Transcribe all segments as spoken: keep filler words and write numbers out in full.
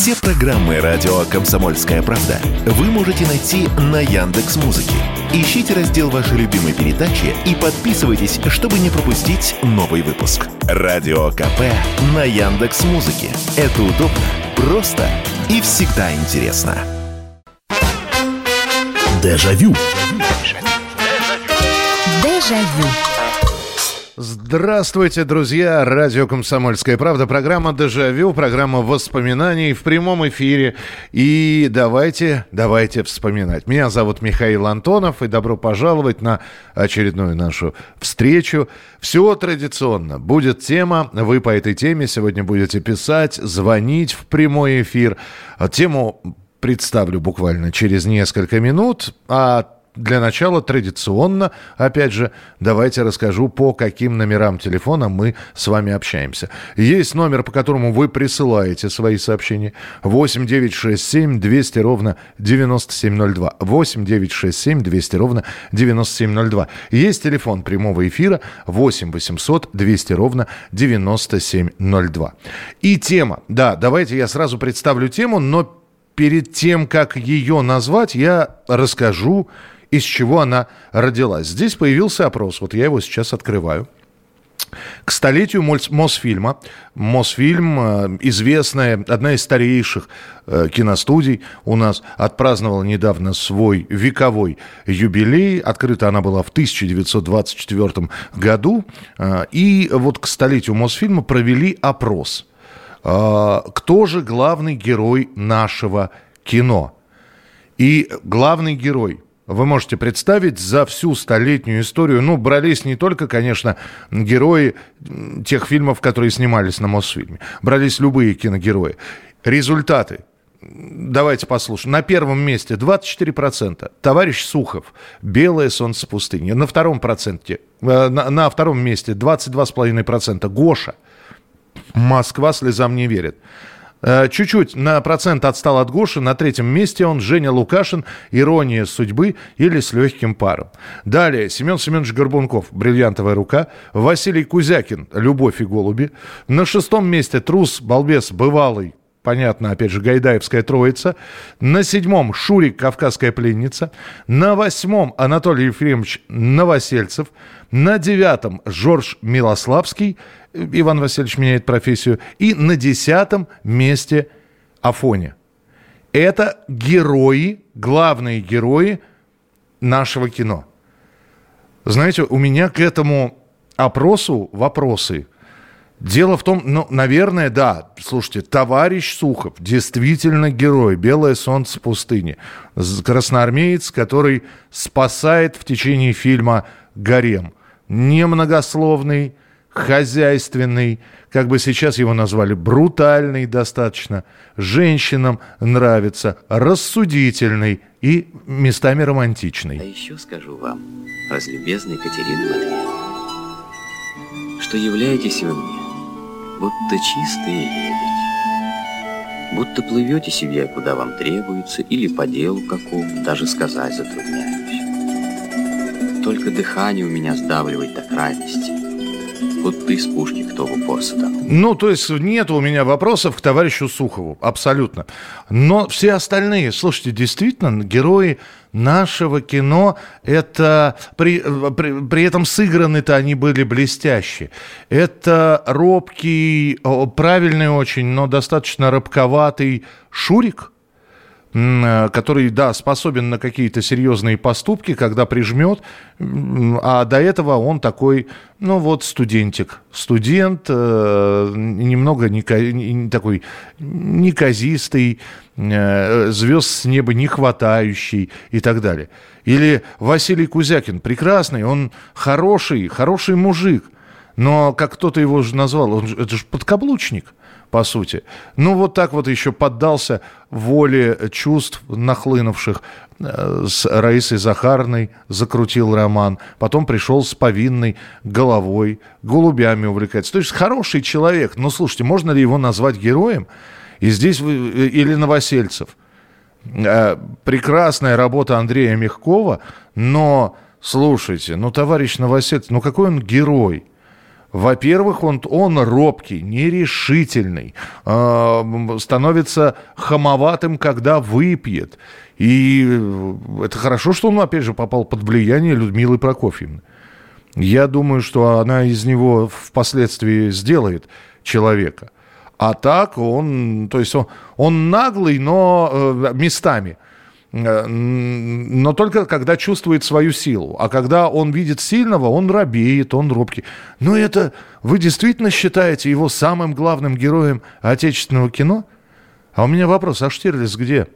Все программы радио «Комсомольская правда» вы можете найти на Яндекс.Музыке. Ищите раздел вашей любимой передачи и подписывайтесь, чтобы не пропустить новый выпуск. Радио КП на Яндекс.Музыке. Это удобно, просто и всегда интересно. Дежавю. Дежавю. Здравствуйте, друзья! Радио «Комсомольская правда», программа «Дежавю», программа воспоминаний в прямом эфире. И давайте, давайте вспоминать. Меня зовут Михаил Антонов, и добро пожаловать на очередную нашу встречу. Все традиционно. Будет тема, вы по этой теме сегодня будете писать, звонить в прямой эфир. Тему представлю буквально через несколько минут, а для начала традиционно, опять же, давайте расскажу, по каким номерам телефона мы с вами общаемся. Есть номер, по которому вы присылаете свои сообщения. восемь девятьсот шестьдесят семь двести ровно девяносто семь ноль два. восемь девятьсот шестьдесят семь двести ровно девяносто семь ноль два. Есть телефон прямого эфира восемь восемьсот двести ровно девяносто семь ноль два. И тема. Да, давайте я сразу представлю тему, но перед тем, как ее назвать, я расскажу, из чего она родилась. Здесь появился опрос, вот я его сейчас открываю. К столетию Мосфильма. Мосфильм, известная, одна из старейших э, киностудий у нас, отпраздновала недавно свой вековой юбилей. Открыта она была в тысяча девятьсот двадцать четвёртом году. Э, и вот к столетию Мосфильма провели опрос. Э, кто же главный герой нашего кино? И главный герой, вы можете представить, за всю столетнюю историю, ну, брались не только, конечно, герои тех фильмов, которые снимались на Мосфильме, брались любые киногерои. Результаты. Давайте послушаем. На первом месте двадцать четыре процента. Товарищ Сухов. «Белое солнце пустыни». На втором, проценте, на, на втором месте двадцать два целых пять десятых процента. Гоша. «Москва слезам не верит». Чуть-чуть на процент отстал от Гоши. На третьем месте он Женя Лукашин, «Ирония судьбы» или «С легким паром». Далее Семен Семенович Горбунков, «Бриллиантовая рука». Василий Кузякин, «Любовь и голуби». На шестом месте трус, балбес, бывалый. Понятно, опять же, Гайдаевская троица. На седьмом Шурик, «Кавказская пленница». На восьмом Анатолий Ефремович Новосельцев. На девятом Жорж Милославский. Иван Васильевич меняет профессию. И на десятом месте Афоня. Это герои, главные герои нашего кино. Знаете, у меня к этому опросу вопросы. Дело в том, ну, наверное, да, слушайте, товарищ Сухов действительно герой, «Белое солнце пустыни», красноармеец, который спасает в течение фильма гарем. Немногословный, хозяйственный, как бы сейчас его назвали, брутальный достаточно, женщинам нравится, рассудительный и местами романтичный. А еще скажу вам, разлюбезная Екатерина Матвеевна, что являетесь вы мне будто чистый лебедь, будто плывете себе, куда вам требуется, или по делу какому, даже сказать затрудняюсь. Только дыхание у меня сдавливает до крайности, будто из пушки кто в упор саданул. Ну, то есть нет у меня вопросов к товарищу Сухову, абсолютно. Но все остальные, слушайте, действительно, герои нашего кино, это при, при, при этом сыграны-то они были блестяще. Это робкий, правильный очень, но достаточно робковатый Шурик, который, да, способен на какие-то серьезные поступки, когда прижмет, а до этого он такой, ну вот, студентик. Студент, э, немного неко, не, такой неказистый, э, звезд с неба не хватающий и так далее. Или Василий Кузякин, прекрасный, он хороший, хороший мужик, но, как кто-то его же назвал, он, это же подкаблучник. По сути. Ну, вот так вот еще поддался воле чувств нахлынувших, э, с Раисой Захаровной закрутил роман, потом пришел с повинной головой, голубями увлекается. То есть хороший человек, но, слушайте, можно ли его назвать героем? И здесь, или Новосельцев. Э, прекрасная работа Андрея Мягкова, но, слушайте, ну, товарищ Новосельцев, ну, какой он герой? Во-первых, он, он робкий, нерешительный, э, становится хамоватым, когда выпьет. И это хорошо, что он, опять же, попал под влияние Людмилы Прокофьевны. Я думаю, что она из него впоследствии сделает человека. А так он, то есть он, он наглый, но э, местами. Но только когда чувствует свою силу. А когда он видит сильного, он робеет, он робкий. Но это вы действительно считаете его самым главным героем отечественного кино? А у меня вопрос, а Штирлиц где?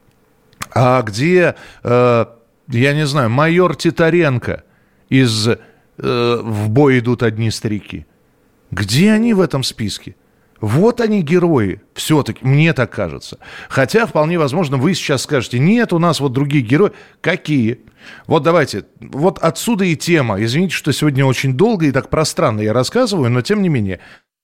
А где, э, я не знаю, майор Титаренко из э, «В бой идут одни старики»? Где они в этом списке? Вот они герои, все-таки, мне так кажется. Хотя, вполне возможно, вы сейчас скажете, нет, у нас вот другие герои. Какие? Вот давайте, вот отсюда и тема. Извините, что сегодня очень долго и так пространно я рассказываю, но тем не менее.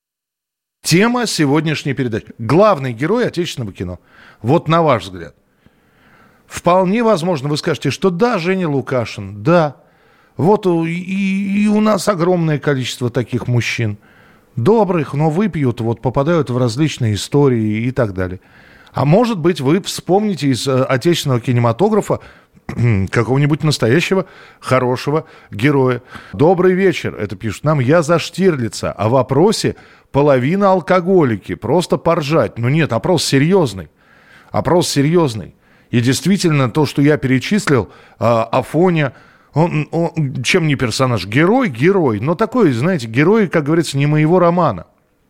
Тема сегодняшней передачи. Главный герой отечественного кино. Вот на ваш взгляд. Вполне возможно, вы скажете, что да, Женя Лукашин, да. Вот и, и у нас огромное количество таких мужчин. Добрых, но выпьют, вот попадают в различные истории и так далее. А может быть, вы вспомните из э, отечественного кинематографа какого-нибудь настоящего хорошего героя. Добрый вечер, это пишут нам, я за Штирлица, а в опросе половина алкоголики, просто поржать. Ну нет, опрос серьезный, опрос серьезный. И действительно, то, что я перечислил, э, Афоня, Он, он, чем не персонаж? Герой, герой. Но такой, знаете, герой, как говорится, не моего романа.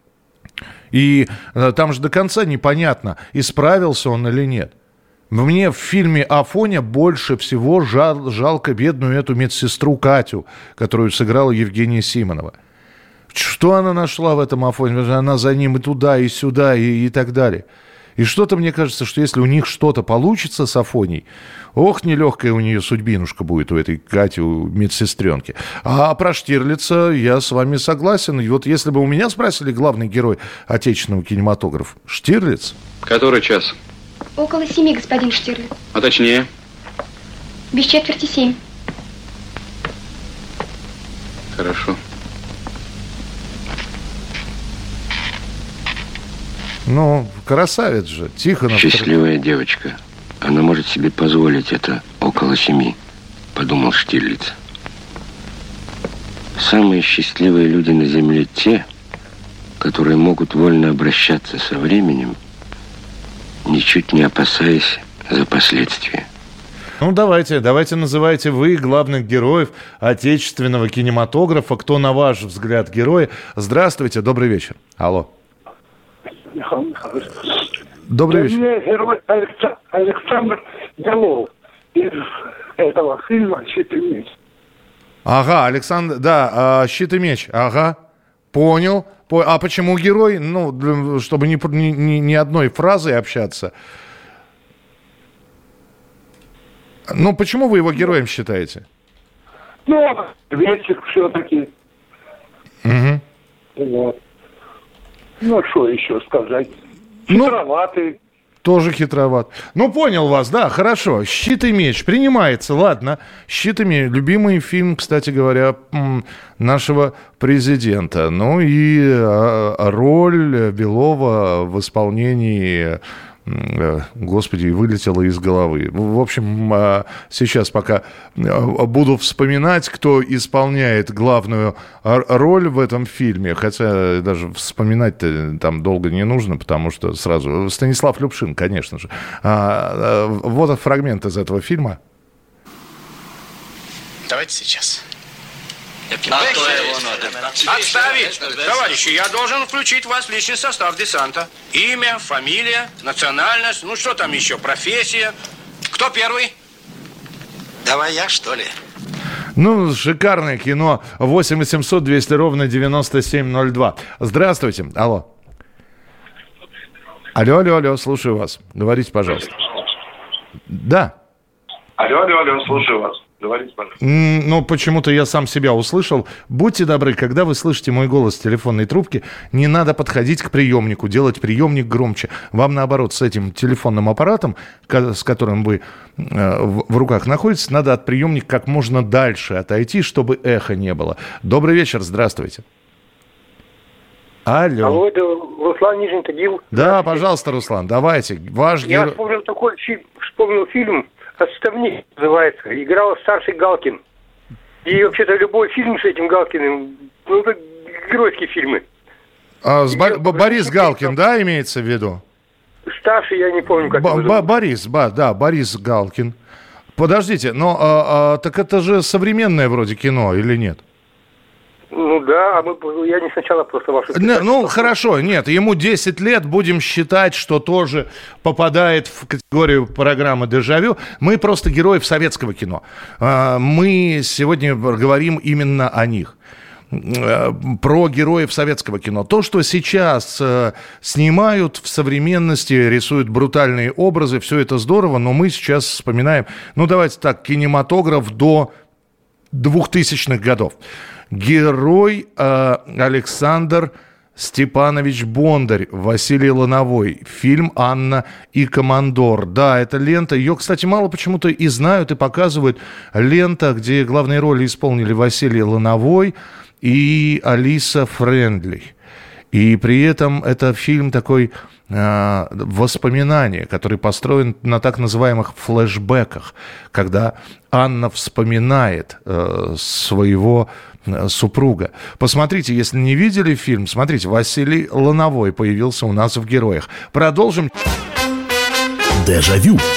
И э, там же до конца непонятно, исправился он или нет. Мне в фильме «Афоня» больше всего жал, жалко бедную эту медсестру Катю, которую сыграла Евгения Симонова. Что она нашла в этом Афоне? Она за ним и туда, и сюда, и, и так далее. И что-то мне кажется, что если у них что-то получится с Афоней, ох, нелегкая у нее судьбинушка будет, у этой Кати, у медсестренки. А про Штирлица я с вами согласен. И вот если бы у меня спросили главный герой отечественного кинематографа, Штирлиц. Который час? Около семи, господин Штирлиц. А точнее? Без четверти семь. Хорошо. Ну, красавец же, Тихонов. Счастливая девочка. Она может себе позволить это около семи, подумал Штирлиц. Самые счастливые люди на земле те, которые могут вольно обращаться со временем, ничуть не опасаясь за последствия. Ну, давайте, давайте называйте вы главных героев отечественного кинематографа. Кто, на ваш взгляд, герой? Здравствуйте, добрый вечер. Алло. Михаил Михайлович. Добрый вечер. Мне герой Александр Белов из этого фильма «Щит и меч». Ага, Александр, да, «Щит и меч», ага, понял. А почему герой? Ну, чтобы ни, ни, ни одной фразой общаться. Ну, почему вы его героем считаете? Ну, ветер все-таки. Угу. Вот. Ну, что еще сказать? Хитроватый. Ну, тоже хитроват. Ну, понял вас, да, хорошо. «Щит и меч» принимается, ладно. «Щит и меч» — любимый фильм, кстати говоря, нашего президента. Ну и роль Белова в исполнении... Господи, вылетело из головы. В общем, сейчас пока буду вспоминать, кто исполняет главную роль в этом фильме, хотя даже вспоминать-то там долго не нужно, потому что сразу... Станислав Любшин, конечно же. Вот фрагмент из этого фильма. Давайте сейчас. А кто его надо? Отставить! Товарищи, я должен включить вас в личный состав десанта. Имя, фамилия, национальность, ну что там еще, профессия. Кто первый? Давай я, что ли? Ну, шикарное кино. восемь восемьсот двести ровно девяносто семь ноль два. Здравствуйте. Алло. Алло, алло, алло, слушаю вас. Говорите, пожалуйста. Да. Алло, алло, алло, слушаю вас. Говорите, пожалуйста. Ну, почему-то я сам себя услышал. Будьте добры, когда вы слышите мой голос в телефонной трубке, не надо подходить к приемнику, делать приемник громче. Вам, наоборот, с этим телефонным аппаратом, с которым вы в руках находитесь, надо от приемника как можно дальше отойти, чтобы эхо не было. Добрый вечер, здравствуйте. Алло. Алло, это Руслан Нижний Тагил. Да, пожалуйста, Руслан, давайте. Ваш Я герой... вспомнил такой фильм, вспомнил фильм «Отставник» называется. Играл старший Галкин. И вообще-то любой фильм с этим Галкиным, ну, это геройские фильмы. А, с Бо- Борис Галкин, да, имеется в виду? Старший, я не помню, как Б- его Б- зовут. Борис, ба- да, Борис Галкин. Подождите, но а, а, так это же современное вроде кино или нет? Ну да, а мы, я не сначала просто вашу... Не, ну, хорошо, нет, ему десять лет, будем считать, что тоже попадает в категорию программы «Дежавю». Мы просто героев советского кино. А, Мы сегодня говорим именно о них. Про героев советского кино. То, что сейчас э, снимают в современности, рисуют брутальные образы, все это здорово, но мы сейчас вспоминаем, ну, давайте так, кинематограф до двухтысячных годов. Герой э, Александр Степанович Бондарь, Василий Лановой. Фильм «Анна и командор». Да, это лента. Ее, кстати, мало почему-то и знают, и показывают. Лента, где главные роли исполнили Василий Лановой и Алиса Френдли. И при этом это фильм такой э, воспоминание, который построен на так называемых флешбеках, когда Анна вспоминает э, своего э, супруга. Посмотрите, если не видели фильм, смотрите, Василий Лановой появился у нас в «Героях». Продолжим. Дежавю.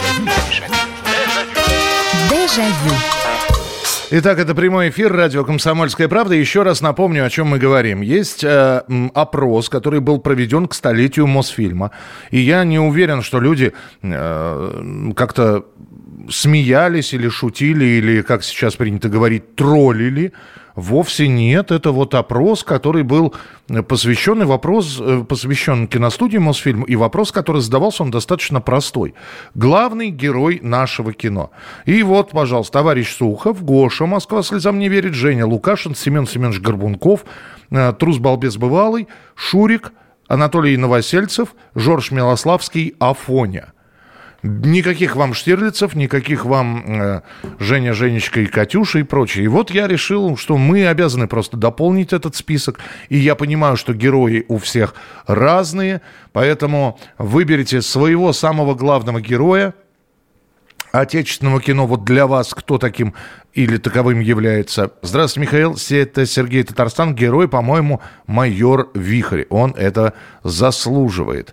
Дежавю. Итак, это прямой эфир, радио «Комсомольская правда». Еще раз напомню, о чем мы говорим. Есть э, опрос, который был проведен к столетию Мосфильма. И я не уверен, что люди э, как-то смеялись или шутили, или, как сейчас принято говорить, троллили. Вовсе нет. Это вот опрос, который был посвященный вопрос, посвящен киностудии Мосфильм, и вопрос, который задавался, он достаточно простой. Главный герой нашего кино. И вот, пожалуйста, товарищ Сухов, Гоша, «Москва слезам не верит», Женя Лукашин, Семен Семенович Горбунков, Трус Балбес Бывалый, Шурик, Анатолий Новосельцев, Жорж Милославский, Афоня. Никаких вам Штирлицев, никаких вам э, Женя, Женечка и Катюша и прочее. И вот я решил, что мы обязаны просто дополнить этот список. И я понимаю, что герои у всех разные, поэтому выберите своего самого главного героя отечественного кино. Вот для вас кто таким или таковым является? Здравствуйте, Михаил. Это Сергей Татарстан. Герой, по-моему, майор Вихрь. Он это заслуживает.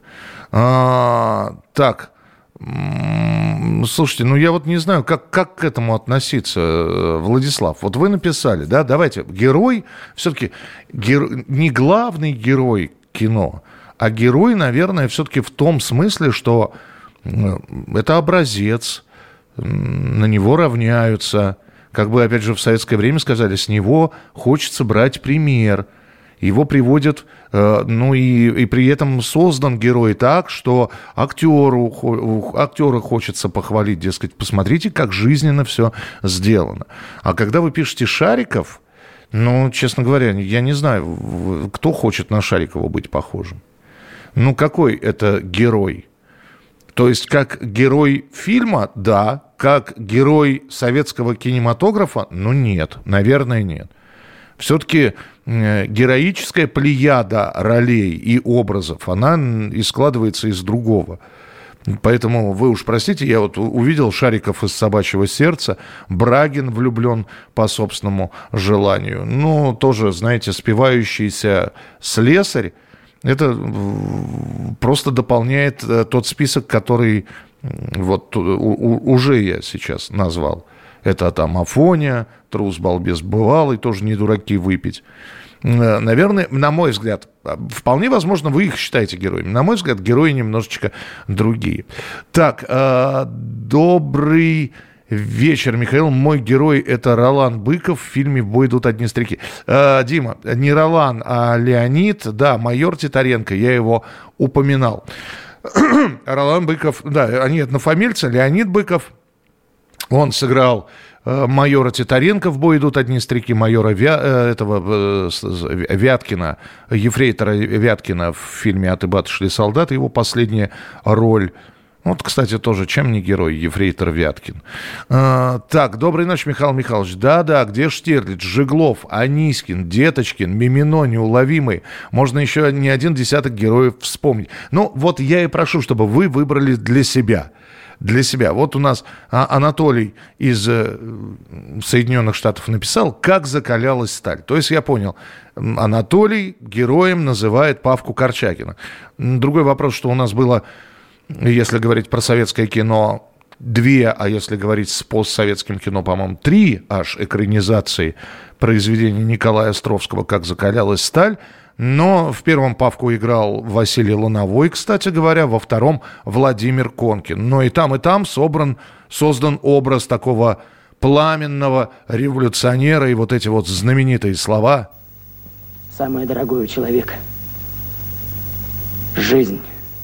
А, так... Слушайте, ну я вот не знаю, как, как к этому относиться, Владислав. Вот вы написали, да, давайте, герой, все-таки геро... не главный герой кино, а герой, наверное, все-таки в том смысле, что это образец, на него равняются. Как бы, опять же, в советское время сказали, с него хочется брать пример. Его приводят, ну и, и при этом создан герой так, что актеру, актера хочется похвалить, дескать, посмотрите, как жизненно все сделано. А когда вы пишете Шариков, ну, честно говоря, я не знаю, кто хочет на Шарикова быть похожим. Ну, какой это герой? То есть, как герой фильма, да, как герой советского кинематографа, ну, нет, наверное, нет. Все-таки героическая плеяда ролей и образов, она и складывается из другого. Поэтому вы уж простите, я вот увидел Шариков из «Собачьего сердца», Брагин влюблен по собственному желанию. Ну, тоже, знаете, спивающийся слесарь, это просто дополняет тот список, который вот уже я сейчас назвал. Это там Афоня, Трус Балбес Бывалый, тоже не дураки выпить. Наверное, на мой взгляд, вполне возможно, вы их считаете героями. На мой взгляд, герои немножечко другие. Так, э, добрый вечер, Михаил. Мой герой – это Ролан Быков. В фильме «В бой идут одни старики». Э, Дима, не Ролан, а Леонид. Да, майор Титаренко, я его упоминал. Ролан Быков, да, они однофамильцы, Леонид Быков. Он сыграл э, майора Титаренко, в бой идут одни старики, майора Вя, э, этого, э, Вяткина, ефрейтора Вяткина в фильме «Аты баты шли солдаты». Его последняя роль, Вот, кстати, тоже чем не герой, ефрейтор Вяткин. А, так, доброй ночи, Михаил Михайлович. Да-да, где Штирлиц, Жиглов, Анискин, Деточкин, Мимино, Неуловимый. Можно еще не один десяток героев вспомнить. Ну, вот я и прошу, чтобы вы выбрали для себя. Для себя. Вот у нас Анатолий из Соединенных Штатов написал, как закалялась сталь. То есть я понял, Анатолий героем называет Павку Корчагина. Другой вопрос, что у нас было... Если говорить про советское кино, две, а если говорить с постсоветским кино, по-моему, три аж экранизации произведения Николая Островского «Как закалялась сталь». Но в первом Павку играл Василий Лановой, кстати говоря, во втором Владимир Конкин. Но и там, и там собран, создан образ такого пламенного революционера и вот эти вот знаменитые слова. Самое дорогое у человека – жизнь.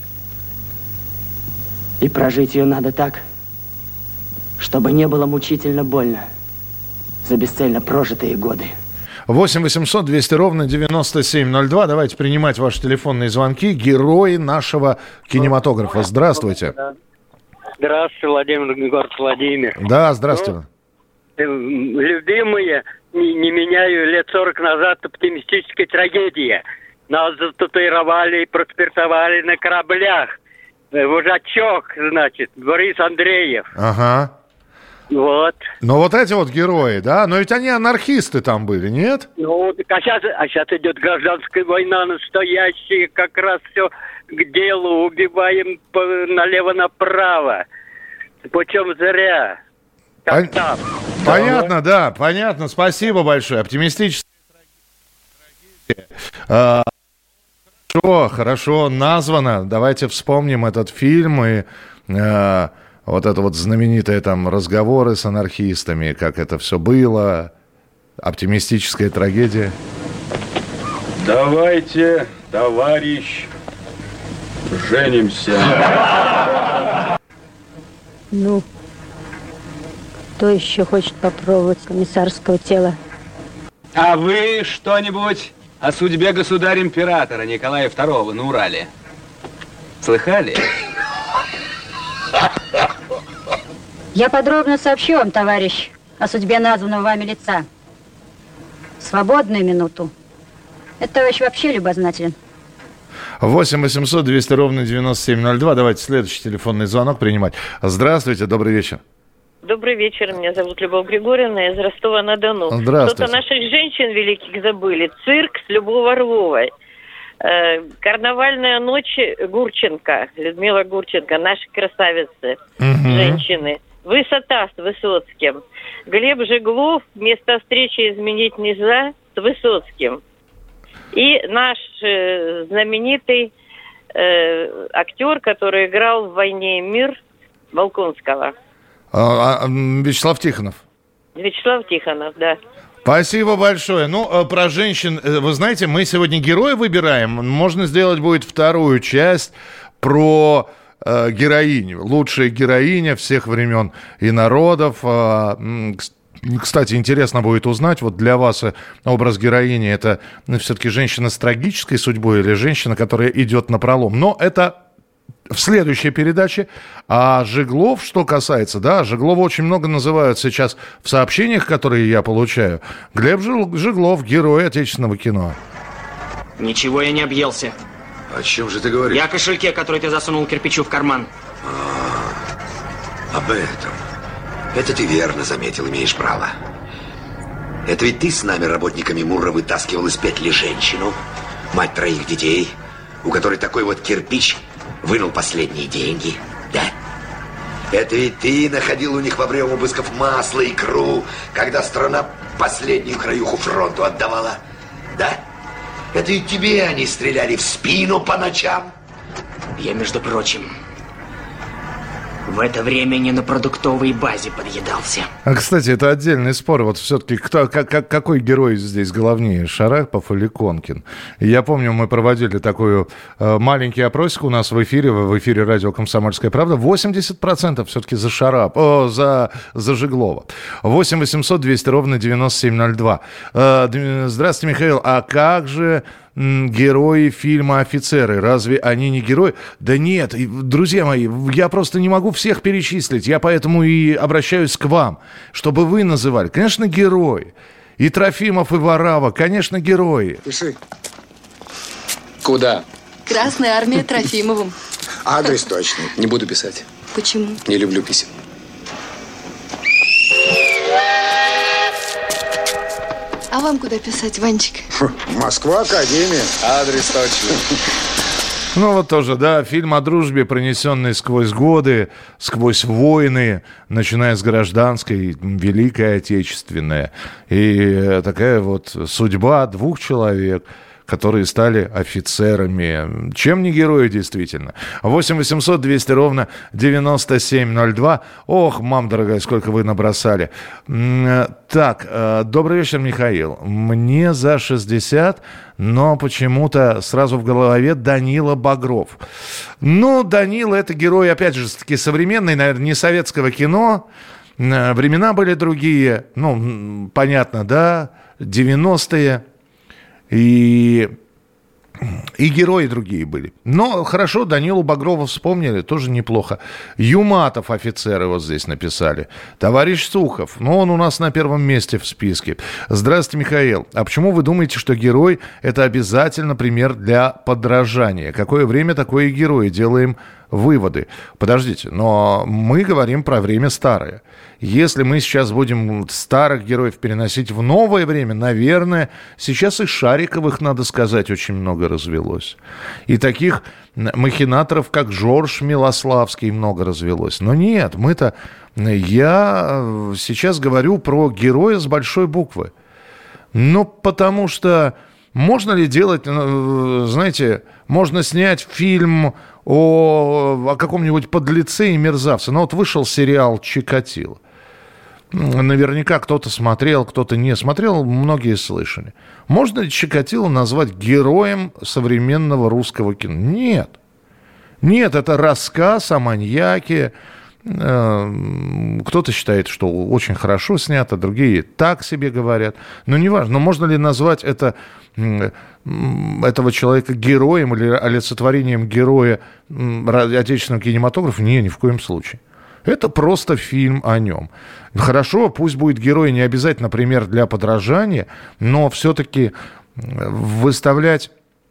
И прожить ее надо так, чтобы не было мучительно больно за бесцельно прожитые годы. восемь восемьсот двести ровно девяносто семь ноль два. Давайте принимать ваши телефонные звонки. Герои нашего кинематографа. Здравствуйте. Здравствуйте, Владимир, город Владимир. Да, здравствуйте. Любимые, не, не меняю, лет сорок назад оптимистическая трагедия. Нас зататуировали и проспиртовали на кораблях. Вожачок, значит, Борис Андреев. Ага. Вот. Но вот эти вот герои, да? Но ведь они анархисты там были, нет? Ну, а сейчас, а сейчас идет гражданская война настоящая, как раз все к делу, убиваем налево-направо. Почем зря. Как Пон... там. Понятно, ну, да, понятно. Спасибо большое. Оптимистическая трагедия. Хорошо, хорошо названо. Давайте вспомним этот фильм и э, вот это вот знаменитые там разговоры с анархистами, как это все было. Оптимистическая трагедия. Давайте, товарищ, женимся. Ну, кто еще хочет попробовать комиссарского тела? А вы что-нибудь о судьбе государя-императора Николая второго на Урале слыхали? Я подробно сообщу вам, товарищ, о судьбе названного вами лица. Свободную минуту. Этот товарищ вообще любознателен. восемь восемьсот двести ровно девяносто семь ноль два. Давайте следующий телефонный звонок принимать. Здравствуйте, добрый вечер. Добрый вечер, меня зовут Любовь Григорьевна, из Ростова-на-Дону. Здравствуйте. Что-то наших женщин великих забыли. Цирк с Любовью Орловой. Э, карнавальная ночь Гурченко, Людмила Гурченко, наши красавицы, угу. женщины. Высота с Высоцким. Глеб Жиглов, место встречи изменить нельзя, с Высоцким. И наш э, знаменитый э, актер, который играл в «Войне и мир», Волконского. А, а, Вячеслав Тихонов. Вячеслав Тихонов, да. Спасибо большое. Ну, про женщин, вы знаете, мы сегодня героя выбираем. Можно сделать будет вторую часть про э, героиню. Лучшая героиня всех времен и народов. Э, кстати, интересно будет узнать, вот для вас образ героини — это ну, все-таки женщина с трагической судьбой или женщина, которая идет напролом. Но это в следующей передаче. А Жиглов, что касается, да, Жиглова очень много называют сейчас в сообщениях, которые я получаю. Глеб Жиглов, герой отечественного кино. Ничего я не объелся. О чем же ты говоришь? Я о кошельке, который ты засунул кирпичу в карман. А, об этом. Это ты верно заметил, имеешь право. Это ведь ты с нами, работниками МУРа, вытаскивал из петли женщину, мать троих детей, у которой такой вот кирпич вынул последние деньги, да? Это ведь ты находил у них во время обысков масло, икру, когда страна последнюю краюху фронту отдавала, да? Это ведь тебе они стреляли в спину по ночам. Я, между прочим, в это время не на продуктовой базе подъедался. А, кстати, это отдельный спор. Вот все-таки кто, как, какой герой здесь главнее, Шарапов или Конкин? Я помню, мы проводили такой э, маленький опросик у нас в эфире, в эфире радио «Комсомольская правда». восемьдесят процентов все-таки за Шарап, о, за, за Жиглова. восемь восемьсот двести ровно девяносто семь ноль два. Э, здравствуйте, Михаил. А как же м, герои фильма «Офицеры». Разве они не герои? Да нет, и, друзья мои, я просто не могу всех перечислить. Я поэтому и обращаюсь к вам, чтобы вы называли. Конечно, герои. И Трофимов, и Варава, конечно, герои. Пиши. Куда? Красная армия Трофимовым. Адрес точный. Не буду писать. Почему? Не люблю писем. А вам куда писать, Ванечка? Москва, Академия. Адрес точный. Ну вот тоже, да, фильм о дружбе, пронесенный сквозь годы, сквозь войны, начиная с гражданской, Великой Отечественной. И такая вот судьба двух человек, которые стали офицерами. Чем не герои, действительно. восемь восемьсот двести ровно девяносто семь ноль два. Ох, мам дорогая, сколько вы набросали. Так, добрый вечер, Михаил. Мне за шестьдесят, но почему-то сразу в голове Данила Багров. Ну, Данила — это герой, опять же, таки современный, наверное, не советского кино. Времена были другие. Ну, понятно, да, девяностые. И, и герои другие были. Но хорошо, Данилу Багрова вспомнили, тоже неплохо. Юматов офицеры вот здесь написали. Товарищ Сухов, ну он у нас на первом месте в списке. Здравствуйте, Михаил. А почему вы думаете, что герой – это обязательно пример для подражания? Какое время, такое и герои. Делаем выводы. Подождите, но мы говорим про время старое. Если мы сейчас будем старых героев переносить в новое время, наверное, сейчас и Шариковых, надо сказать, очень много развелось. И таких махинаторов, как Жорж Милославский, много развелось. Но нет, мы-то... Я сейчас говорю про героя с большой буквы. Ну, потому что можно ли делать, знаете, можно снять фильм о, о каком-нибудь подлеце и мерзавце. Ну, вот вышел сериал «Чикатило». Наверняка кто-то смотрел, кто-то не смотрел, многие слышали. Можно ли Чикатило назвать героем современного русского кино? Нет. Нет, это рассказ о маньяке. Кто-то считает, что очень хорошо снято, другие так себе говорят. Но неважно, но можно ли назвать это, этого человека героем или олицетворением героя отечественного кинематографа? Не, ни в коем случае. Это просто фильм о нем. Хорошо, пусть будет герой не обязательно пример для подражания, но все-таки выставлять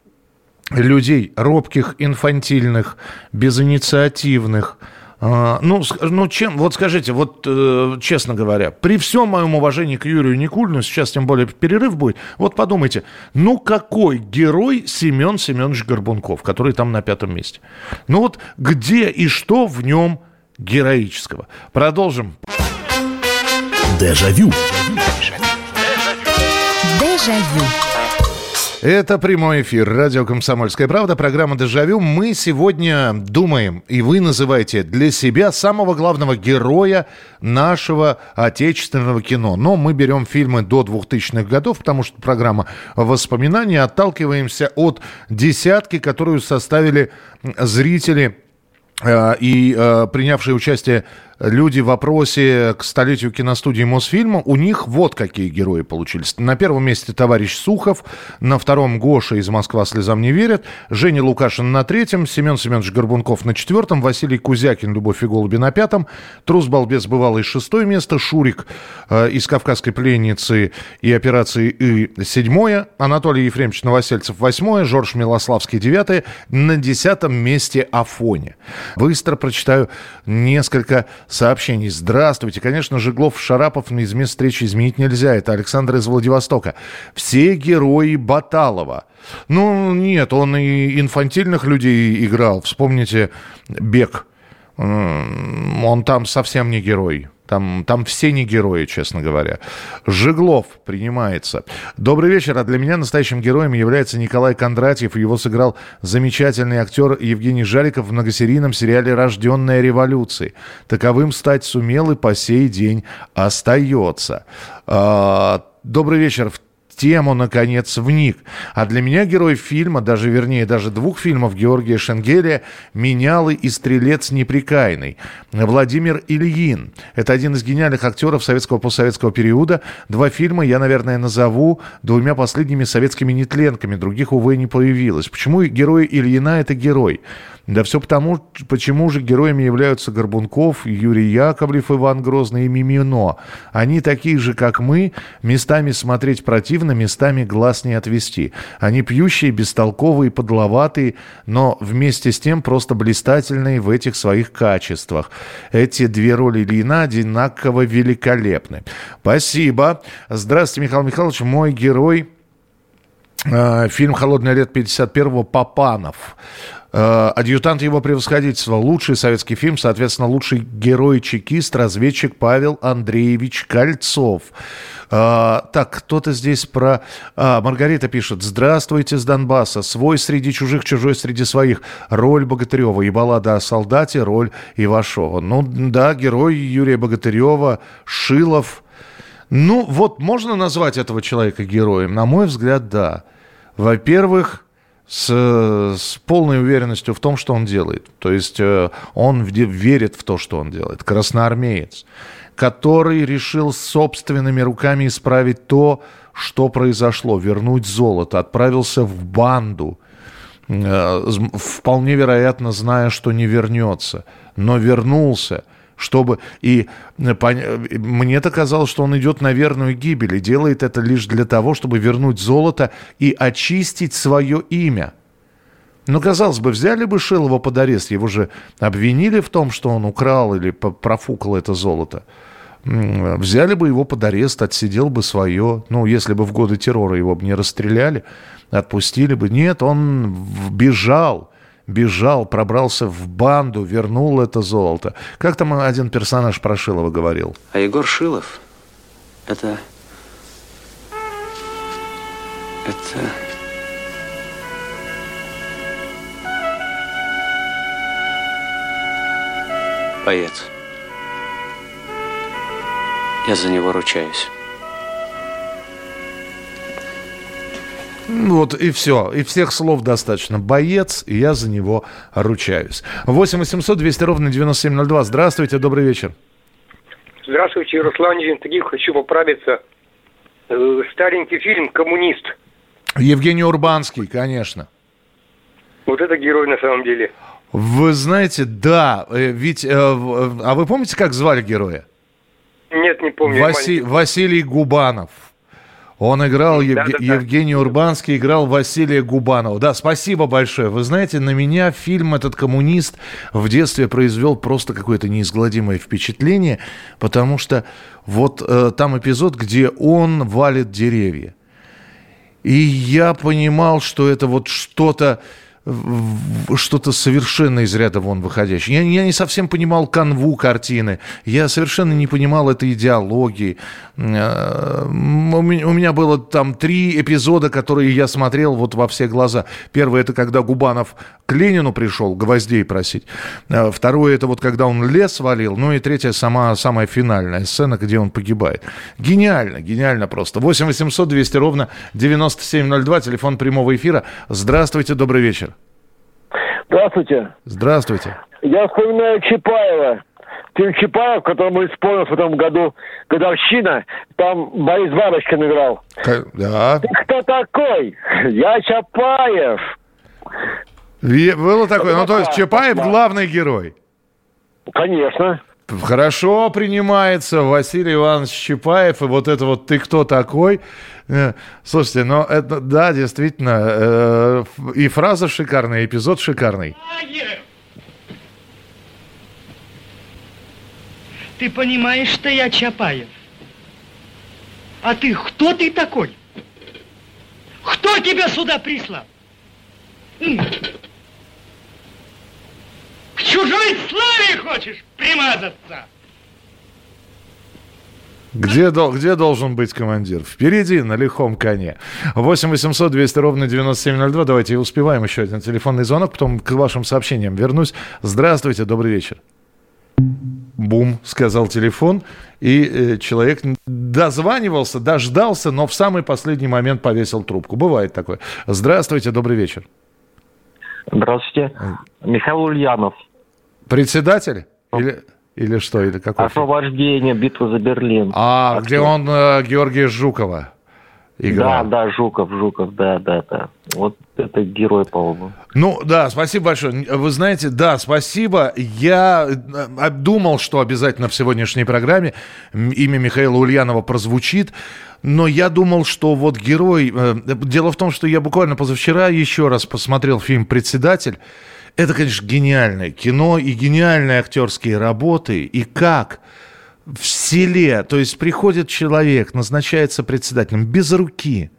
людей робких, инфантильных, безинициативных. Ну, ну чем, вот скажите, вот э, честно говоря, при всем моем уважении к Юрию Никулину, сейчас тем более перерыв будет, вот подумайте, ну какой герой Семен Семенович Горбунков, который там на пятом месте? Ну вот где и что в нем героического? Продолжим. Дежавю. Дежавю. Это прямой эфир. Радио «Комсомольская правда», программа «Дежавю». Мы сегодня думаем, и вы называете для себя самого главного героя нашего отечественного кино. Но мы берем фильмы до двухтысячных годов, потому что программа «Воспоминания». Отталкиваемся от десятки, которую составили зрители э, и э, принявшие участие люди в опросе к столетию киностудии Мосфильма. У них вот какие герои получились. На первом месте товарищ Сухов, на втором Гоша из «Москва слезам не верит», Женя Лукашин на третьем, Семен Семенович Горбунков на четвертом, Василий Кузякин, «Любовь и голуби» на пятом, Трус-балбес бывалый шестое место, Шурик э, из «Кавказской пленницы» и «Операции И» седьмое, Анатолий Ефремович Новосельцев восьмое, Жорж Милославский девятое, на десятом месте Афоня. Быстро прочитаю несколько сообщений. Здравствуйте. Конечно, Жиглов, Шарапов из мест встречи изменить нельзя. Это Александр из Владивостока. Все герои Баталова. Ну, нет, он и инфантильных людей играл. Вспомните «Бег». Он там совсем не герой. Там, там все не герои, честно говоря. Жиглов принимается. Добрый вечер. А для меня настоящим героем является Николай Кондратьев. Его сыграл замечательный актер Евгений Жариков в многосерийном сериале «Рожденная революцией». Таковым стать сумел и по сей день остается. Добрый вечер. тему, наконец, вник. А для меня герой фильма, даже, вернее, даже двух фильмов Георгия Шенгеля «Менялы» и «Стрелец непрекаянный». Владимир Ильин. Это один из гениальных актеров советского постсоветского периода. Два фильма я, наверное, назову двумя последними советскими нетленками. Других, увы, не появилось. Почему герой Ильина – это герой? Да все потому, почему же героями являются Горбунков, Юрий Яковлев, Иван Грозный и Мимино. Они такие же, как мы, местами смотреть противно, местами глаз не отвести. Они пьющие, бестолковые, подловатые, но вместе с тем просто блистательные в этих своих качествах. Эти две роли Ильина одинаково великолепны. Спасибо. Здравствуйте, Михаил Михайлович. Мой герой, э, фильм «Холодное лето» пятьдесят первого «Папанов». «Адъютант его превосходительства». Лучший советский фильм, соответственно, лучший герой-чекист, разведчик Павел Андреевич Кольцов. А, так, кто-то здесь про... А, Маргарита пишет. «Здравствуйте с Донбасса. Свой среди чужих, чужой среди своих. Роль Богатырева и баллада о солдате, роль Ивашова». Ну да, герой Юрия Богатырева, Шилов. Ну вот, можно назвать этого человека героем? На мой взгляд, да. Во-первых... С, с полной уверенностью в том, что он делает. То есть э, он в, верит в то, что он делает. Красноармеец, который решил собственными руками исправить то, что произошло, вернуть золото, отправился в банду, э, вполне вероятно, зная, что не вернется, но вернулся. Чтобы... И мне-то казалось, что он идет на верную гибель и делает это лишь для того, чтобы вернуть золото и очистить свое имя. Ну, казалось бы, взяли бы Шилова под арест, его же обвинили в том, что он украл или профукал это золото. Взяли бы его под арест, отсидел бы свое. Ну, если бы в годы террора его бы не расстреляли, отпустили бы. Нет, он бежал. Бежал, пробрался в банду, вернул это золото. Как там один персонаж про Шилова говорил? А Егор Шилов – это... Это... Боец. Я за него ручаюсь. Вот и все. И всех слов достаточно. Боец, и я за него ручаюсь. восемь восемьсот двести ровно девяносто семь ноль два. Здравствуйте, добрый вечер. Здравствуйте, Руслан Евентагиев. Хочу поправиться. Старенький фильм «Коммунист». Евгений Урбанский, конечно. Вот это герой на самом деле. Вы знаете, да. Ведь... А вы помните, как звали героя? Нет, не помню. Васи... Василий Губанов. Он играл, Ев... да, да, Евгений да. Урбанский играл Василия Губанова. Да, спасибо большое. Вы знаете, на меня фильм этот «Коммунист» в детстве произвел просто какое-то неизгладимое впечатление, потому что вот э, там эпизод, где он валит деревья. И я понимал, что это вот что-то... что-то совершенно из ряда вон выходящее. Я, я не совсем понимал канву картины, я совершенно не понимал этой идеологии. У меня, у меня было там три эпизода, которые я смотрел вот во все глаза. Первый — это когда Губанов к Ленину пришел гвоздей просить. Второе — это вот когда он лес валил. Ну и третья — сама, самая финальная сцена, где он погибает. Гениально, гениально просто. восемь восемьсот двести ровно девяносто семь ноль два, телефон прямого эфира. Здравствуйте, добрый вечер. Здравствуйте. Здравствуйте. Я вспоминаю Чапаева. Фильм Чапаев, который исполнился в этом году, годовщина, там Борис Бабочкин играл. Да. Ты кто такой? Я Чапаев. И было такое. Ну, то есть Чапаев да. главный герой. Конечно. Хорошо принимается Василий Иванович Чапаев, и вот это вот «ты кто такой?» Слушайте, ну это, да, действительно, э, и фраза шикарная, и эпизод шикарный. Ты понимаешь, что я Чапаев? А ты кто ты такой? Кто тебя сюда прислал? К чужой славе хочешь примазаться? Где, где должен быть командир? Впереди, на лихом коне. восемь восемьсот двести ровно девяносто семь ноль два. Давайте успеваем еще один телефонный звонок, потом к вашим сообщениям вернусь. Здравствуйте, добрый вечер. бум, сказал телефон, и э, человек дозванивался, дождался, но в самый последний момент повесил трубку. Бывает такое. Здравствуйте, добрый вечер. Здравствуйте. Михаил Ульянов. Председатель? Или, или что? Или какой? Освобождение, битва за Берлин. А, Актер. Где он э, Георгия Жукова играл? Да, да, Жуков, Жуков, да, да, да. Вот это герой, по-моему. Ну, да, спасибо большое. Вы знаете, да, спасибо. Я думал, что обязательно в сегодняшней программе имя Михаила Ульянова прозвучит. Но я думал, что вот герой... Дело в том, что я буквально позавчера еще раз посмотрел фильм «Председатель». Это, конечно, гениальное кино и гениальные актерские работы. И как в селе, то есть приходит человек, назначается председателем без руки.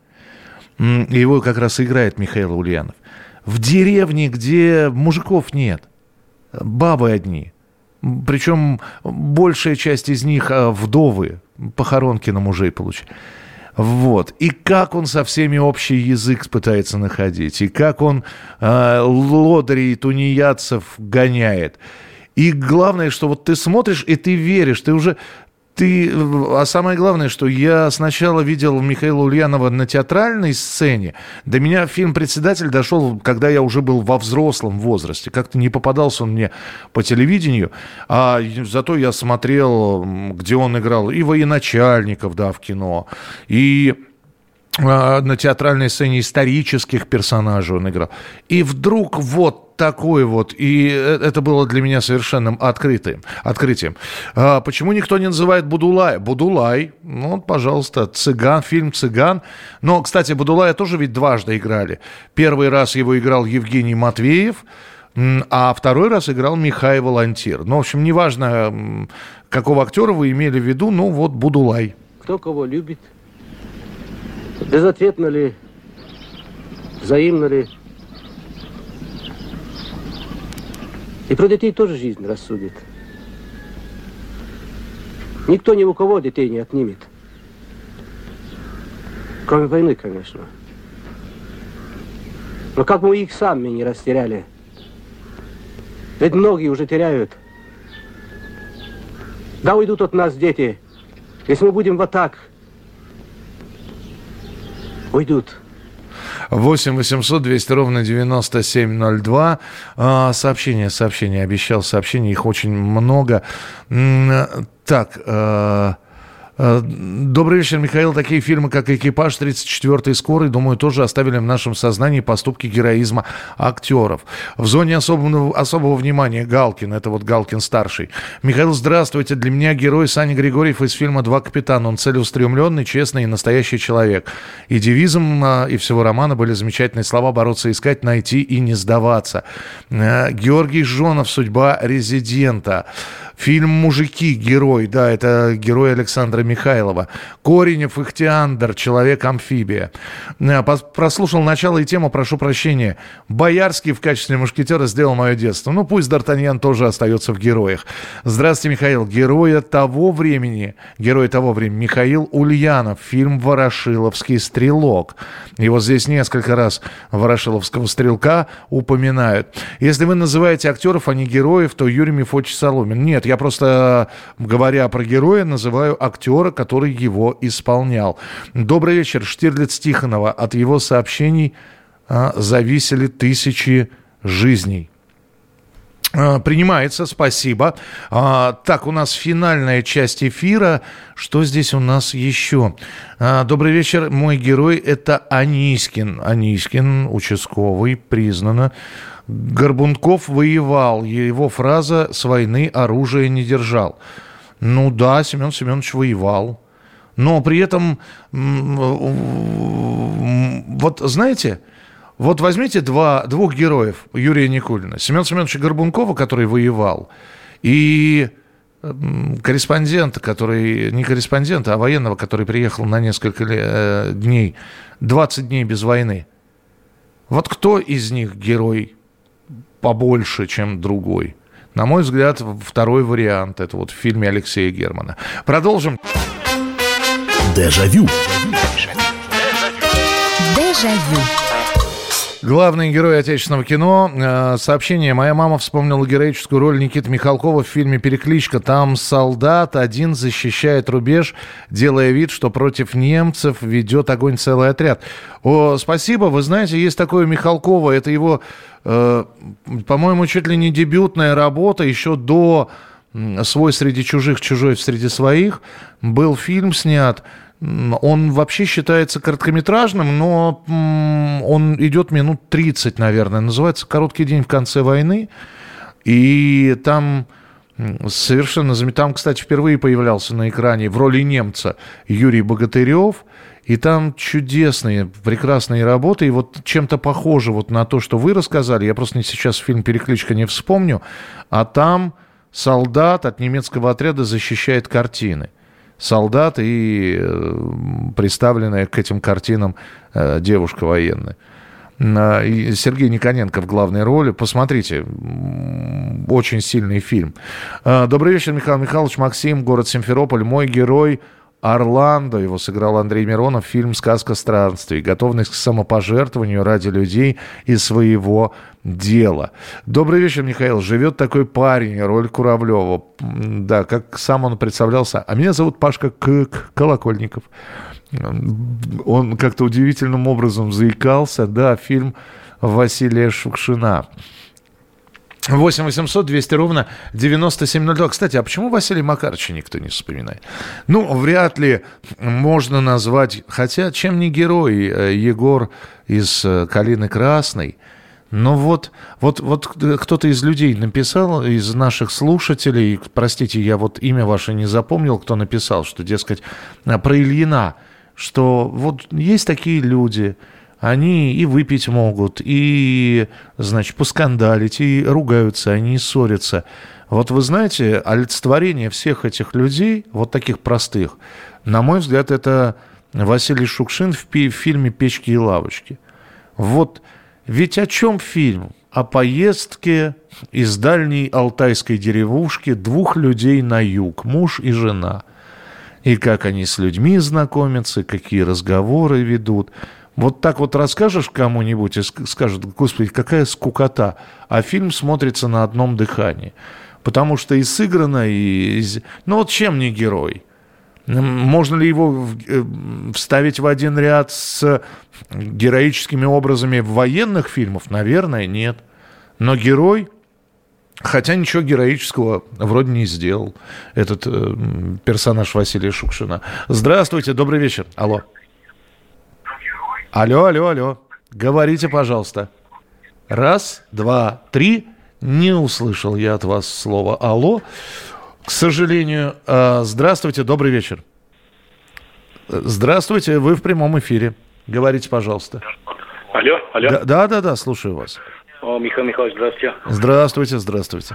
Его как раз играет Михаил Ульянов. В деревне, где мужиков нет, бабы одни. Причем большая часть из них вдовы, похоронки на мужей получили. Вот. И как он со всеми общий язык пытается находить, и как он э, лодырей и тунеядцев гоняет. И главное, что вот ты смотришь, и ты веришь, ты уже... Ты, а самое главное, что я сначала видел Михаила Ульянова на театральной сцене. До меня фильм «Председатель» дошел, когда я уже был во взрослом возрасте. Как-то не попадался он мне по телевидению. А зато я смотрел, где он играл и военачальников, да, в кино, и на театральной сцене исторических персонажей он играл. И вдруг вот такой вот, и это было для меня совершенным открытием. открытием. А почему никто не называет Будулая? Будулай, ну, вот, пожалуйста, «Цыган», фильм «Цыган». Но, кстати, Будулая тоже ведь дважды играли. Первый раз его играл Евгений Матвеев, а второй раз играл Михай Волонтир. Ну, в общем, неважно, какого актера вы имели в виду, ну, вот Будулай. Кто кого любит? Безответно ли? Взаимно ли? И про детей тоже жизнь рассудит. Никто ни у кого детей не отнимет. Кроме войны, конечно. Но как мы их сами не растеряли? Ведь многие уже теряют. Да уйдут от нас дети, если мы будем вот так. Уйдут. восемь восемьсот двести ровно девяносто семь ноль два. Сообщения, сообщения. Обещал сообщений. Их очень много. Так... Добрый вечер, Михаил. Такие фильмы, как «Экипаж», тридцать четвёртый «Скорый», думаю, тоже оставили в нашем сознании поступки героизма актеров. В зоне особого, особого внимания Галкин, это вот Галкин-старший. Михаил, здравствуйте. Для меня герой Саня Григорьев из фильма «Два капитана». Он целеустремленный, честный и настоящий человек. И девизом и всего романа были замечательные слова: бороться, искать, найти и не сдаваться. Георгий Жонов, «Судьба резидента». Фильм «Мужики», герой, да, это герой Александра Михайлова. Коренев, Ихтиандр, «Человек-амфибия». Прослушал начало и тему, прошу прощения. Боярский в качестве мушкетера сделал мое детство. Ну, пусть Д'Артаньян тоже остается в героях. Здравствуйте, Михаил. Героя того времени, герой того времени, Михаил Ульянов. Фильм «Ворошиловский стрелок». Его здесь несколько раз «Ворошиловского стрелка» упоминают. Если вы называете актеров, а не героев, то Юрий Мефодьевич Соломин. Нет, я просто, говоря про героя, называю актера, который его исполнял. Добрый вечер. Штирлиц Тихонова. От его сообщений а, зависели тысячи жизней. А, принимается, спасибо. А, так, у нас финальная часть эфира. Что здесь у нас еще? А, добрый вечер. Мой герой — это Анискин. Анискин, участковый, признано. Горбунков воевал. Его фраза «с войны оружие не держал». Ну да, Семен Семенович воевал. Но при этом, вот знаете, вот возьмите два, двух героев Юрия Никулина. Семена Семеновича Горбункова, который воевал, и корреспондента, который, не корреспондента, а военного, который приехал на несколько дней, двадцать дней без войны. Вот кто из них герой побольше, чем другой? На мой взгляд, второй вариант. Это вот в фильме Алексея Германа. Продолжим. Дежавю. Дежавю. Главный герой отечественного кино. Сообщение. Моя мама вспомнила героическую роль Никиты Михалкова в фильме «Перекличка». Там солдат один защищает рубеж, делая вид, что против немцев ведет огонь целый отряд. О, спасибо. Вы знаете, есть такое Михалкова. Это его, э, по-моему, чуть ли не дебютная работа. Еще до «Свой среди чужих, чужой среди своих» был фильм снят. Он вообще считается короткометражным, но он идет минут тридцать, наверное. Называется «Короткий день в конце войны». И там совершенно... Там, кстати, впервые появлялся на экране в роли немца Юрий Богатырев. И там чудесные, прекрасные работы. И вот чем-то похоже вот на то, что вы рассказали. Я просто сейчас фильм «Перекличка» не вспомню. А там солдат от немецкого отряда защищает картины. Солдат и э, представленная к этим картинам э, девушка военная. Э, и Сергей Никоненко в главной роли. Посмотрите, очень сильный фильм. Э, добрый вечер, Михаил Михайлович. Максим, город Симферополь. Мой герой Орландо, его сыграл Андрей Миронов, фильм «Сказка странствий». Готовность к самопожертвованию ради людей и своего дела. Добрый вечер, Михаил. Живет такой парень, роль Куравлева. Да, как сам он представлялся. А меня зовут Пашка К- Колокольников. Он как-то удивительным образом заикался. Да, фильм Василия Шукшина. восемь восемьсот двести ровно девяносто семь ноль два. Кстати, а почему Василия Макарыча никто не вспоминает? Ну, вряд ли можно назвать... Хотя, чем не герой Егор из «Калины Красной». Но вот, вот, вот кто-то из людей написал, из наших слушателей, простите, я вот имя ваше не запомнил, кто написал, что, дескать, про Ильина, что вот есть такие люди... Они и выпить могут, и, значит, поскандалить, и ругаются, они и ссорятся. Вот вы знаете, олицетворение всех этих людей, вот таких простых, на мой взгляд, это Василий Шукшин в, пи- в фильме «Печки и лавочки». Вот ведь о чем фильм? О поездке из дальней алтайской деревушки двух людей на юг, муж и жена. И как они с людьми знакомятся, какие разговоры ведут. Вот так вот расскажешь кому-нибудь и скажут: господи, какая скукота. А фильм смотрится на одном дыхании. Потому что и сыграно, и... Ну вот чем не герой? Можно ли его вставить в один ряд с героическими образами военных фильмов? Наверное, нет. Но герой... Хотя ничего героического вроде не сделал этот э, персонаж Василия Шукшина. Здравствуйте, добрый вечер. Алло. Алло, алло, алло. Говорите, пожалуйста. Раз, два, три. Не услышал я от вас слово «алло». К сожалению. Здравствуйте, добрый вечер. Здравствуйте, вы в прямом эфире. Говорите, пожалуйста. Алло, алло. Да, да, да, да, слушаю вас. О, Михаил Михайлович, здравствуйте. Здравствуйте, здравствуйте.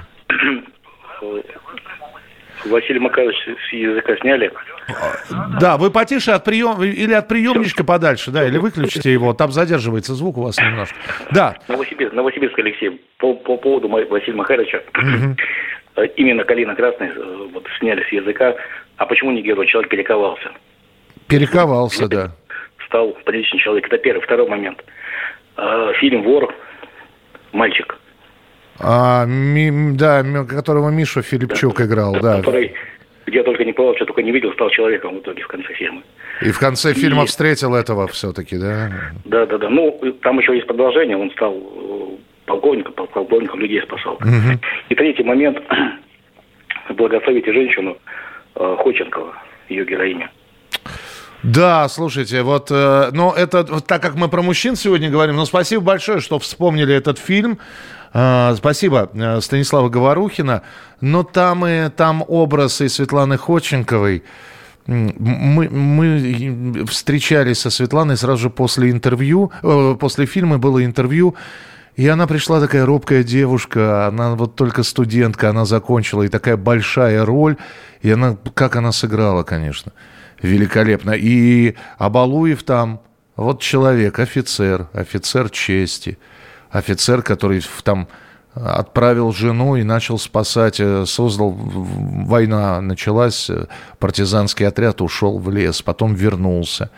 Василий Макарович с языка сняли. Да, вы потише от прием... или от приемничка подальше, да, или выключите его, там задерживается звук у вас немножко. Да. Новосибирск, Новосибирск, Алексей, по, по поводу Василия Макаровича. Угу. Именно «Калина Красная» вот, сняли с языка. А почему не герой? Человек перековался. Перековался, да. Стал приличный человек. Это первый. Второй момент. Фильм «Вор», мальчик. А, ми, да, которого Миша Филипчук да. играл, да. Который, где только не плавал, что только не видел, стал человеком в итоге в конце фильма. И в конце фильма и... встретил этого все-таки, да? Да, да, да. Ну, там еще есть продолжение. Он стал полковником, полковником людей спасал. Угу. И третий момент. Благословите женщину Ходченкова, ее героиню. Да, слушайте, вот, э, ну, это, вот, так как мы про мужчин сегодня говорим, ну, спасибо большое, что вспомнили этот фильм. Э, спасибо, э, Станислава Говорухина. Но там и там образ и Светланы Ходченковой. Мы, мы встречались со Светланой сразу же после интервью, э, после фильма было интервью, и она пришла такая робкая девушка, она вот только студентка, она закончила, и такая большая роль, и она, как она сыграла, конечно. Великолепно. И Абалуев там, вот человек, офицер, офицер чести, офицер, который там отправил жену и начал спасать, создал, война началась, партизанский отряд ушел в лес, потом вернулся.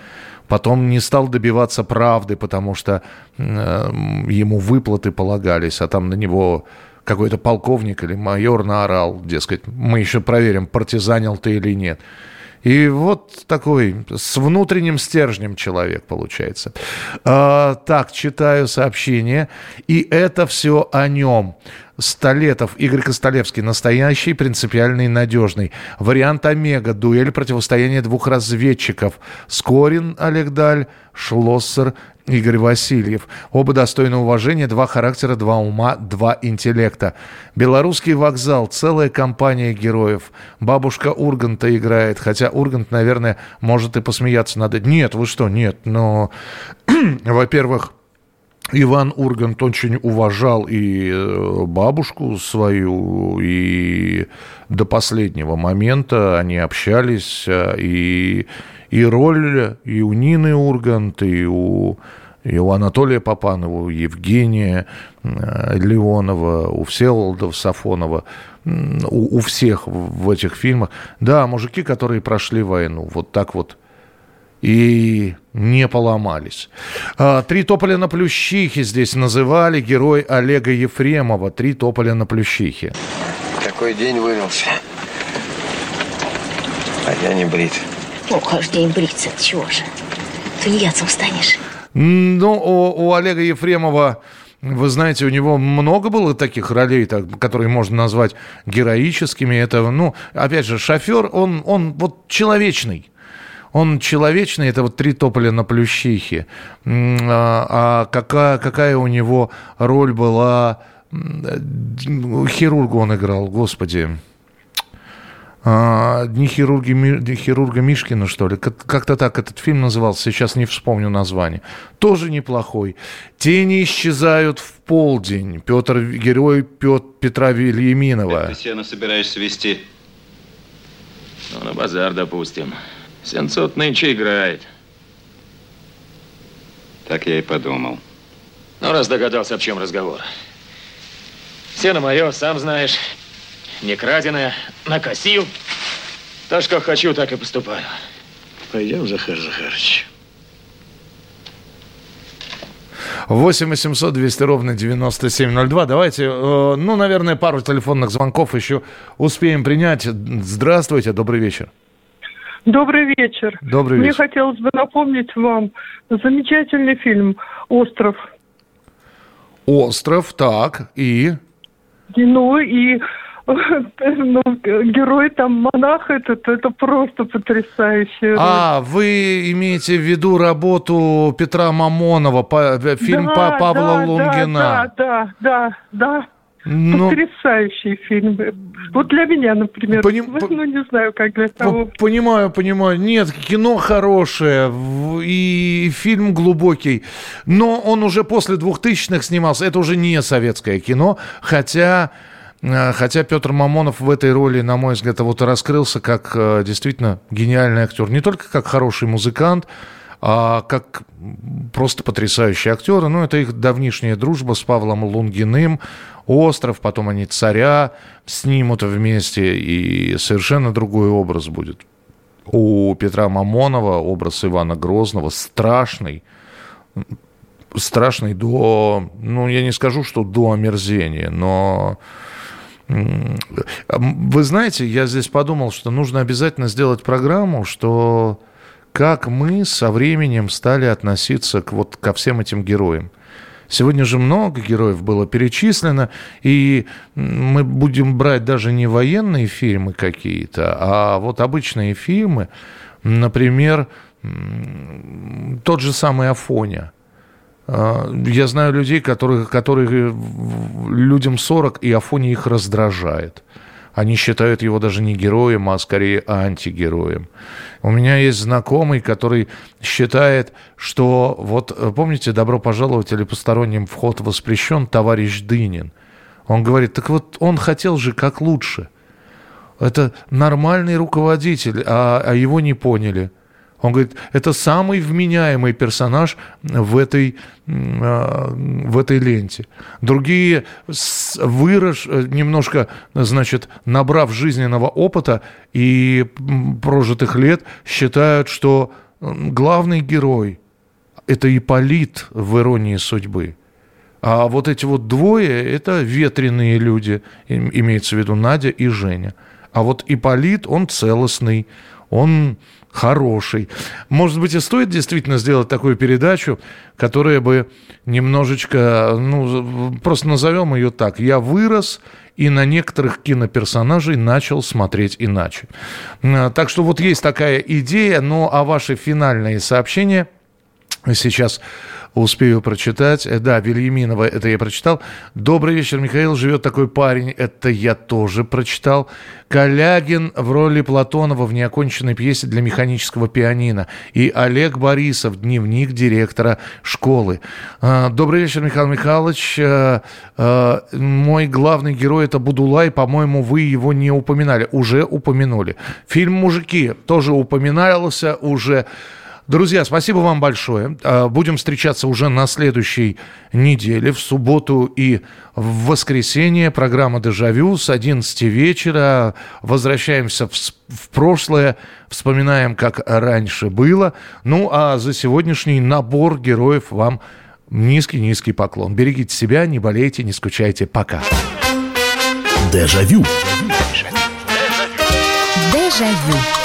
Потом не стал добиваться правды, потому что э, ему выплаты полагались, а там на него какой-то полковник или майор наорал, дескать, мы еще проверим, партизанил ты или нет. И вот такой с внутренним стержнем человек получается. А, так, читаю сообщение. И это все о нем. Столетов, Игорь Костолевский, настоящий, принципиальный, надежный. Вариант Омега, дуэль, противостояние двух разведчиков. Скорин, Олег Даль, Шлоссер, Игорь Васильев. Оба достойны уважения, два характера, два ума, два интеллекта. Белорусский вокзал, целая компания героев. Бабушка Урганта играет, хотя Ургант, наверное, может и посмеяться над этим. Нет, вы что, нет, но, во-первых, Иван Ургант очень уважал и бабушку свою, и до последнего момента они общались, и, и роль и у Нины Ургант, и у, и у Анатолия Папанова, у Евгения Леонова, у Всеволода Сафонова, у, у всех в этих фильмах. Да, мужики, которые прошли войну, вот так вот. И не поломались. Три тополя на Плющихе здесь называли, герой Олега Ефремова. Три тополя на Плющихе. Какой день выдался. А я не брит. Ну, каждый день бриться, чего же? Тунеядцем станешь. Ну, у, у Олега Ефремова, вы знаете, у него много было таких ролей, так, которые можно назвать героическими. Это, ну, опять же, шофер, он, он вот человечный. Он человечный, это вот три тополя на Плющихе. А, а какая, какая у него роль была? Хирурга он играл, господи. А, не, хирурги, не хирурга Мишкина, что ли? Как-то так этот фильм назывался, сейчас не вспомню название. Тоже неплохой. «Тени исчезают в полдень». Петр, герой Петр, Петра Вильяминова. Ты сено собираешься везти? Ну, на базар, допустим. Сенцов нынче играет. Так я и подумал. Ну, раз догадался, об чем разговор. Сено мое, сам знаешь, не краденое, накосил. То, что хочу, так и поступаю. Пойдем, Захар Захарович. восемь восемьсот двести ровно девяносто семь ноль два. Давайте, э, ну, наверное, пару телефонных звонков еще успеем принять. Здравствуйте, добрый вечер. Добрый вечер. Добрый Мне вечер. хотелось бы напомнить вам замечательный фильм «Остров». «Остров», так, и? Ну, и ну, герой там, монах этот, это просто потрясающе. А, вы имеете в виду работу Петра Мамонова, по, фильм да, па- Павла да, Лунгина? Да, да, да, да. Ну, потрясающий фильм. Вот для меня, например. Поним... Ну, не знаю, как для того. Понимаю, понимаю. Нет, кино хорошее, и фильм глубокий. Но он уже после двухтысячных снимался. Это уже не советское кино. Хотя, хотя Петр Мамонов в этой роли, на мой взгляд, вот раскрылся как действительно гениальный актер. Не только как хороший музыкант, а как просто потрясающий актер. Ну, это их давнишняя дружба с Павлом Лунгиным. «Остров», потом они «Царя» снимут вместе, и совершенно другой образ будет. У Петра Мамонова образ Ивана Грозного страшный, страшный до, ну, я не скажу, что до омерзения, но... Вы знаете, я здесь подумал, что нужно обязательно сделать программу, что как мы со временем стали относиться к, вот, ко всем этим героям. Сегодня же много героев было перечислено, и мы будем брать даже не военные фильмы какие-то, а вот обычные фильмы, например, тот же самый «Афоня». Я знаю людей, которых, которые людям сорок, и Афоня их раздражает. Они считают его даже не героем, а скорее антигероем. У меня есть знакомый, который считает, что... Вот помните, «Добро пожаловать» или «Посторонним вход воспрещен» товарищ Дынин. Он говорит, так вот он хотел же как лучше. Это нормальный руководитель, а, а его не поняли. Он говорит, это самый вменяемый персонаж в этой, в этой ленте. Другие, вырос, немножко, значит, набрав жизненного опыта и прожитых лет, считают, что главный герой – это Ипполит в «Иронии судьбы». А вот эти вот двое – это ветреные люди, имеется в виду Надя и Женя. А вот Ипполит, он целостный, он хороший. Может быть, и стоит действительно сделать такую передачу, которая бы немножечко, ну, просто назовем ее так: «Я вырос и на некоторых киноперсонажей начал смотреть иначе». Так что вот есть такая идея, ну, а ваши финальные сообщения сейчас успею прочитать. Да, Вильяминова, это я прочитал. Добрый вечер, Михаил. Живет такой парень. Это я тоже прочитал. Калягин в роли Платонова в неоконченной пьесе для механического пианино. И Олег Борисов, дневник директора школы. Добрый вечер, Михаил Михайлович. Мой главный герой — это Будулай. По-моему, вы его не упоминали. Уже упомянули. Фильм «Мужики» тоже упоминался уже. Друзья, спасибо вам большое. Будем встречаться уже на следующей неделе, в субботу и в воскресенье. Программа «Дежавю» с одиннадцати вечера. Возвращаемся в, в прошлое, вспоминаем, как раньше было. Ну, а за сегодняшний набор героев вам низкий-низкий поклон. Берегите себя, не болейте, не скучайте. Пока. Дежавю. Дежавю.